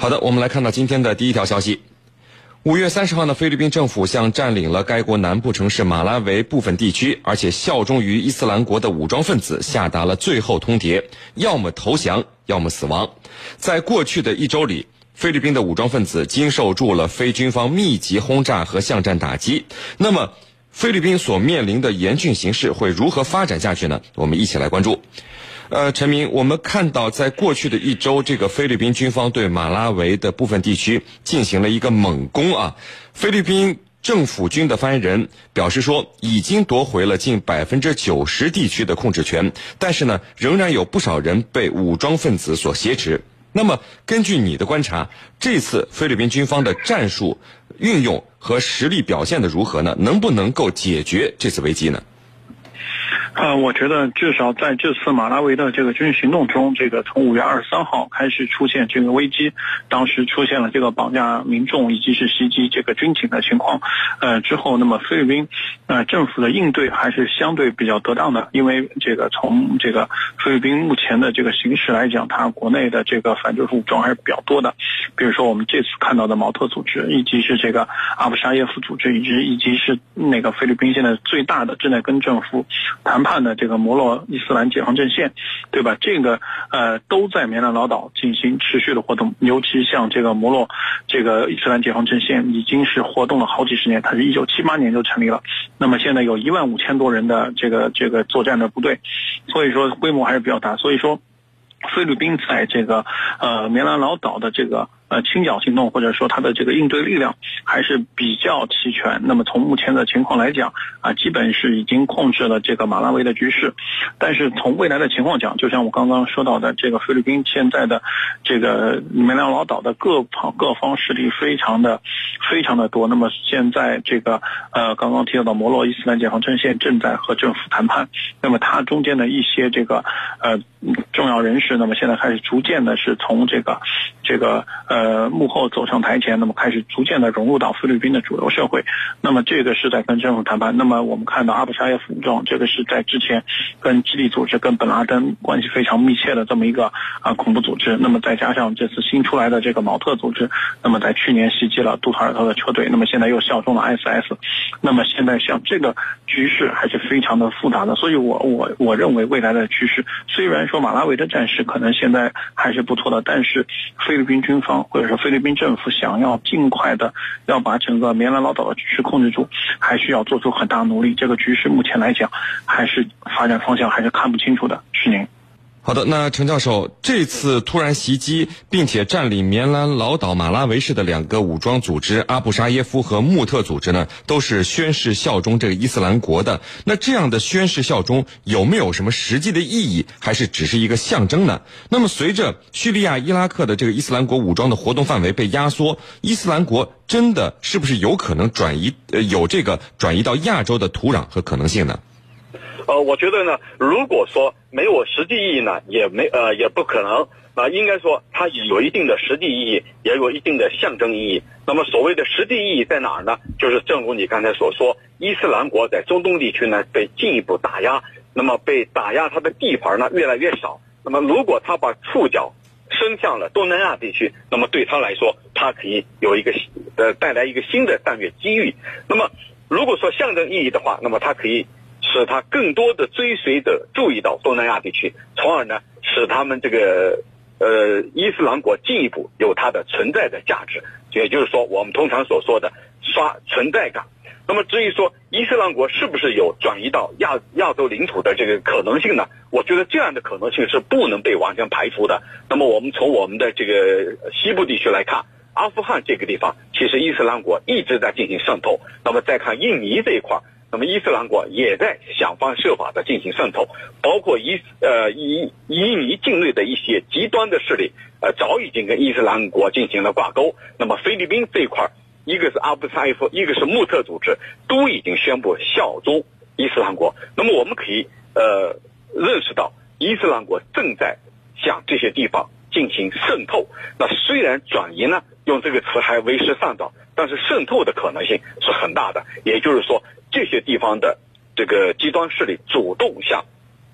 好的，我们来看到今天的第一条消息。5月30号呢，菲律宾政府向占领了该国南部城市马拉维部分地区，而且效忠于伊斯兰国的武装分子下达了最后通牒，要么投降，要么死亡。在过去的1周里，菲律宾的武装分子经受住了非军方密集轰炸和巷战打击。那么，菲律宾所面临的严峻形势会如何发展下去呢？我们一起来关注。陈明，我们看到在过去的1周，这个菲律宾军方对马拉维的部分地区进行了一个猛攻啊。菲律宾政府军的发言人表示说，已经夺回了近90%地区的控制权，但是呢，仍然有不少人被武装分子所挟持。那么，根据你的观察，这次菲律宾军方的战术运用和实力表现的如何呢？能不能够解决这次危机呢？ 我觉得至少在这次马拉维的这个军事行动中，这个从5月23号开始出现这个危机，当时出现了这个绑架民众以及是袭击这个军警的情况。之后，那么菲律宾政府的应对还是相对比较得当的，因为这个从这个菲律宾目前的这个形势来讲，它国内的这个反政府武装还是比较多的。比如说我们这次看到的毛特组织，以及是这个阿布沙耶夫组织，以及是那个菲律宾现在最大的正在跟政府谈判的这个摩洛伊斯兰解放阵线，对吧？这个都在棉兰老岛进行持续的活动，尤其像这个摩洛这个伊斯兰解放阵线已经是活动了好几十年，它是1978年就成立了，那么现在有15000多人的这个作战的部队，所以说规模还是比较大。所以说菲律宾在这个棉兰老岛的这个清剿行动，或者说它的这个应对力量还是比较齐全。那么从目前的情况来讲基本是已经控制了这个马拉维的局势。但是从未来的情况讲，就像我刚刚说到的，这个菲律宾现在的这个棉兰老岛的各方势力非常的多。那么现在这个刚刚提到的摩洛伊斯兰解放阵线正在和政府谈判，那么它中间的一些这个重要人士，那么现在开始逐渐的是从这个幕后走上台前，那么开始逐渐的融入到菲律宾的主流社会。那么这个是在跟政府谈判。那么我们看到阿布沙耶夫武装，这个是在之前跟基地组织跟本拉登关系非常密切的这么一个恐怖组织。那么再加上这次新出来的这个毛特组织，那么在去年袭击了杜特尔特的车队，那么现在又效忠了 ISS。那么现在像这个局势还是非常的复杂的。所以我认为未来的趋势，虽然说马拉维的战事可能现在还是不错的，但是菲律宾军方或者说菲律宾政府想要尽快的要把整个棉兰老岛的局势控制住，还需要做出很大努力。这个局势目前来讲还是发展方向还是看不清楚的。是您。 好的，那陈教授，这次突然袭击并且占领棉兰老岛马拉维市的2个武装组织阿布沙耶夫和穆特组织呢，都是宣誓效忠这个伊斯兰国的。那这样的宣誓效忠有没有什么实际的意义，还是只是一个象征呢？那么随着叙利亚、伊拉克的这个伊斯兰国武装的活动范围被压缩，伊斯兰国真的是不是有可能转移到亚洲的土壤和可能性呢？ 我觉得呢，如果说没有实际意义呢，也不可能。应该说它有一定的实际意义，也有一定的象征意义。那么所谓的实际意义在哪儿呢？就是正如你刚才所说，伊斯兰国在中东地区呢被进一步打压，那么被打压它的地盘呢越来越少。那么如果它把触角伸向了东南亚地区，那么对它来说，它可以有一个带来一个新的战略机遇。那么如果说象征意义的话，那么它可以使他更多的追随者注意到东南亚地区，从而呢使他们这个伊斯兰国进一步有它的存在的价值，也就是说我们通常所说的刷存在感。那么至于说伊斯兰国是不是有转移到亚洲领土的这个可能性呢？我觉得这样的可能性是不能被完全排除的。那么我们从我们的这个西部地区来看，阿富汗这个地方其实伊斯兰国一直在进行渗透。那么再看印尼这一块，那么伊斯兰国也在想方设法的进行渗透，包括印尼境内的一些极端的势力早已经跟伊斯兰国进行了挂钩。那么菲律宾这一块，一个是阿布沙耶夫，一个是穆特组织，都已经宣布效忠伊斯兰国。那么我们可以认识到伊斯兰国正在向这些地方进行渗透。那虽然转移呢用这个词还为时尚早，但是渗透的可能性是很大的。也就是说这些地方的这个极端势力主动向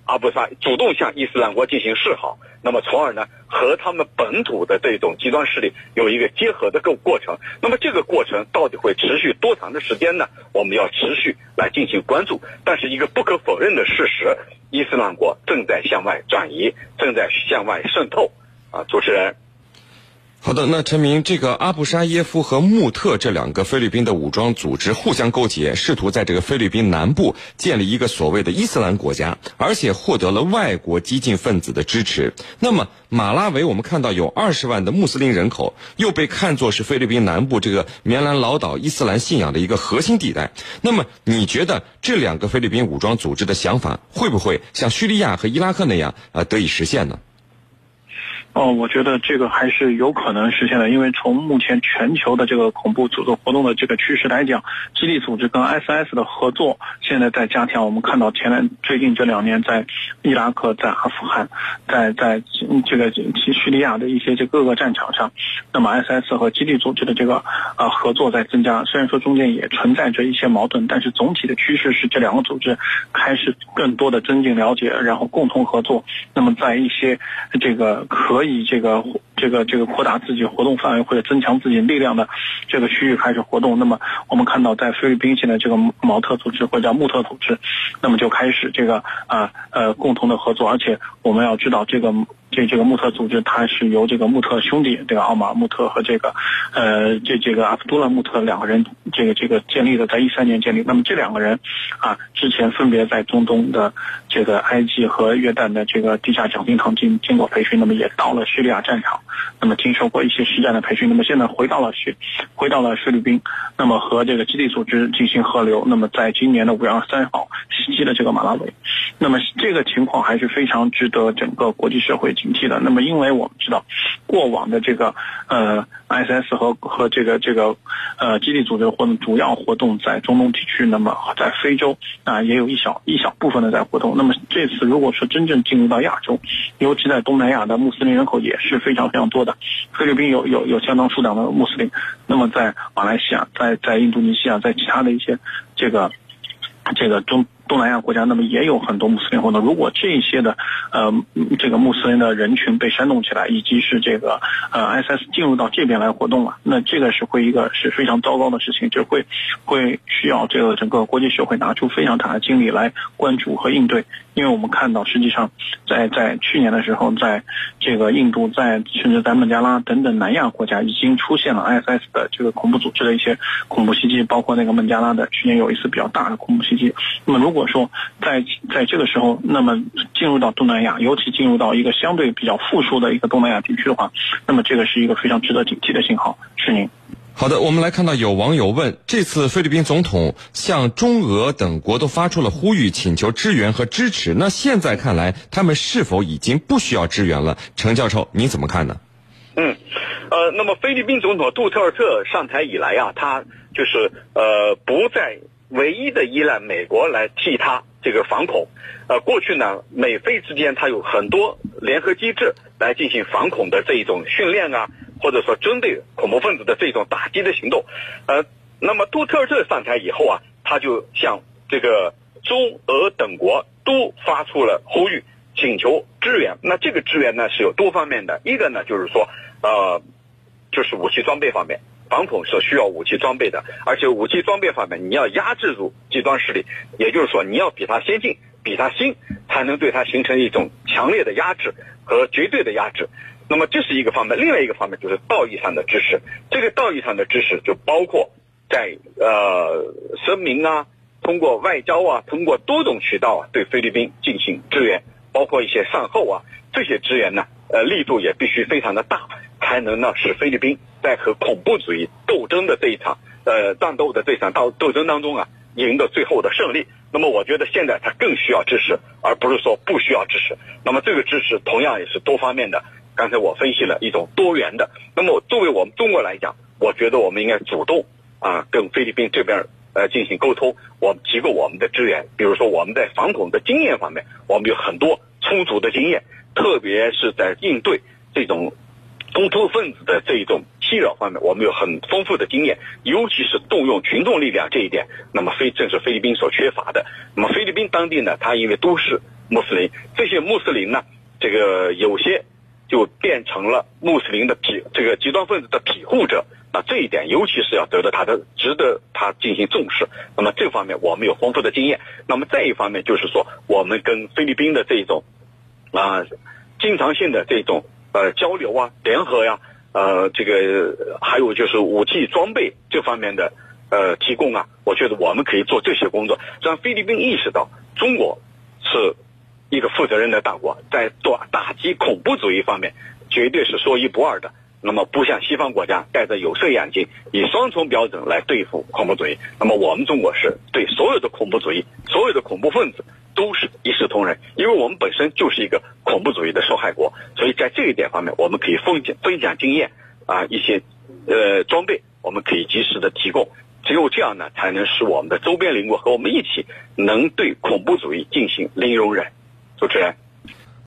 阿布沙主动向伊斯兰国进行示好，那么从而呢和他们本土的这种极端势力有一个结合的过程。那么这个过程到底会持续多长的时间呢？我们要持续来进行关注。但是一个不可否认的事实，伊斯兰国正在向外转移，正在向外渗透。主持人。 好的，那陈明，这个阿布沙耶夫和穆特这两个菲律宾的武装组织互相勾结，试图在这个菲律宾南部建立一个所谓的伊斯兰国家，而且获得了外国激进分子的支持。那么马拉维我们看到有20万的穆斯林人口，又被看作是菲律宾南部这个棉兰老岛伊斯兰信仰的一个核心地带。那么你觉得这两个菲律宾武装组织的想法会不会像叙利亚和伊拉克那样得以实现呢？ 我觉得这个还是有可能实现的，因为从目前全球的这个恐怖组织活动的这个趋势来讲，基地组织跟 ISIS 的合作现在在加强。我们看到最近这2年，在伊拉克、在阿富汗、在这个叙利亚的一些这各个战场上，那么 ISIS 和基地组织的这个合作在增加。虽然说中间也存在着一些矛盾，但是总体的趋势是这两个组织开始更多的增进了解，然后共同合作。那么在一些这个可以这个扩大自己活动范围或者增强自己力量的这个区域开始活动。那么我们看到在菲律宾现在这个毛特组织或者叫穆特组织，那么就开始这个共同的合作。而且我们要知道这个穆特组织它是由这个穆特兄弟，这个奥马穆特和这个阿卜杜勒穆特两个人这个建立的，在13年建立。那么这两个人之前分别在中东的这个埃及和约旦的这个地下讲经堂经过培训，那么也到了叙利亚战场，那么经受过一些实战的培训，那么现在回到了菲律宾，那么和这个基地组织进行合流，那么在今年的5月23号袭击了这个马拉维。那么这个情况还是非常值得整个国际社会警惕的。那么因为我们知道过往的这个ISIS 和这个基地组织活动主要活动在中东地区，那么在非洲也有一小部分的在活动。那么这次如果说真正进入到亚洲，尤其在东南亚的穆斯林人口也是非常非常多的，菲律宾有相当数量的穆斯林，那么在马来西亚、在印度尼西亚、在其他的一些这个东南亚国家，那么也有很多穆斯林活动。如果这些的这个穆斯林的人群被煽动起来，以及是这个ISIS 进入到这边来活动了，那这个是非常糟糕的事情，就会需要这个整个国际社会拿出非常大的精力来关注和应对。因为我们看到实际上在去年的时候，在这个印度，甚至在孟加拉等等南亚国家已经出现了 ISIS 的这个恐怖组织的一些恐怖袭击，包括那个孟加拉的去年有一次比较大的恐怖袭击。那么如果说在这个时候，那么进入到东南亚，尤其进入到一个相对比较富庶的一个东南亚地区的话，那么这个是一个非常值得警惕的信号。是您。 好的，我们来看到有网友问，这次菲律宾总统向中俄等国都发出了呼吁，请求支援和支持，那现在看来他们是否已经不需要支援了？程教授您怎么看呢？ 那么菲律宾总统杜特尔特上台以来他就是不再唯一的依赖美国来替他这个反恐。过去呢，美菲之间他有很多联合机制来进行反恐的这一种训练或者说针对恐怖分子的这种打击的行动。那么杜特尔特上台以后他就向这个中俄等国都发出了呼吁，请求支援。那这个支援呢是有多方面的，一个呢就是说就是武器装备方面，反恐是需要武器装备的，而且武器装备方面你要压制住极端势力，也就是说你要比他先进比他新，才能对他形成一种强烈的压制和绝对的压制。那么这是一个方面，另外一个方面就是道义上的支持。这个道义上的支持就包括在声明通过外交通过多种渠道对菲律宾进行支援，包括一些善后这些支援呢力度也必须非常的大，才能使菲律宾在和恐怖主义斗争的这一场战斗的这场斗争当中赢得最后的胜利。那么我觉得现在他更需要支持，而不是说不需要支持。那么这个支持同样也是多方面的，刚才我分析了一种多元的。那么作为我们中国来讲，我觉得我们应该主动跟菲律宾这边进行沟通，我们提供我们的支援。比如说我们在反恐的经验方面，我们有很多充足的经验，特别是在应对这种冲突分子的这一种侵扰方面，我们有很丰富的经验，尤其是动用群众力量这一点，那么正是菲律宾所缺乏的。那么菲律宾当地呢，它因为都市穆斯林，这些穆斯林呢，这个有些就变成了穆斯林的这个极端分子的庇护者。那这一点尤其是要值得他进行重视。那么这方面我们有丰富的经验。那么再一方面就是说，我们跟菲律宾的这种经常性的这种交流啊、联合呀，这个还有就是武器装备这方面的提供啊，我觉得我们可以做这些工作，让菲律宾意识到中国是一个负责任的大国，在做打击恐怖主义方面绝对是说一不二的。那么不像西方国家戴着有色眼镜，以双重标准来对付恐怖主义。那么我们中国是对所有的恐怖主义、所有的恐怖分子都是一视同仁，因为我们本身就是一个恐怖主义的受害国，所以在这一点方面，我们可以分享经验啊，一些装备我们可以及时的提供。只有这样呢，才能使我们的周边邻国和我们一起能对恐怖主义进行零容忍。主持人。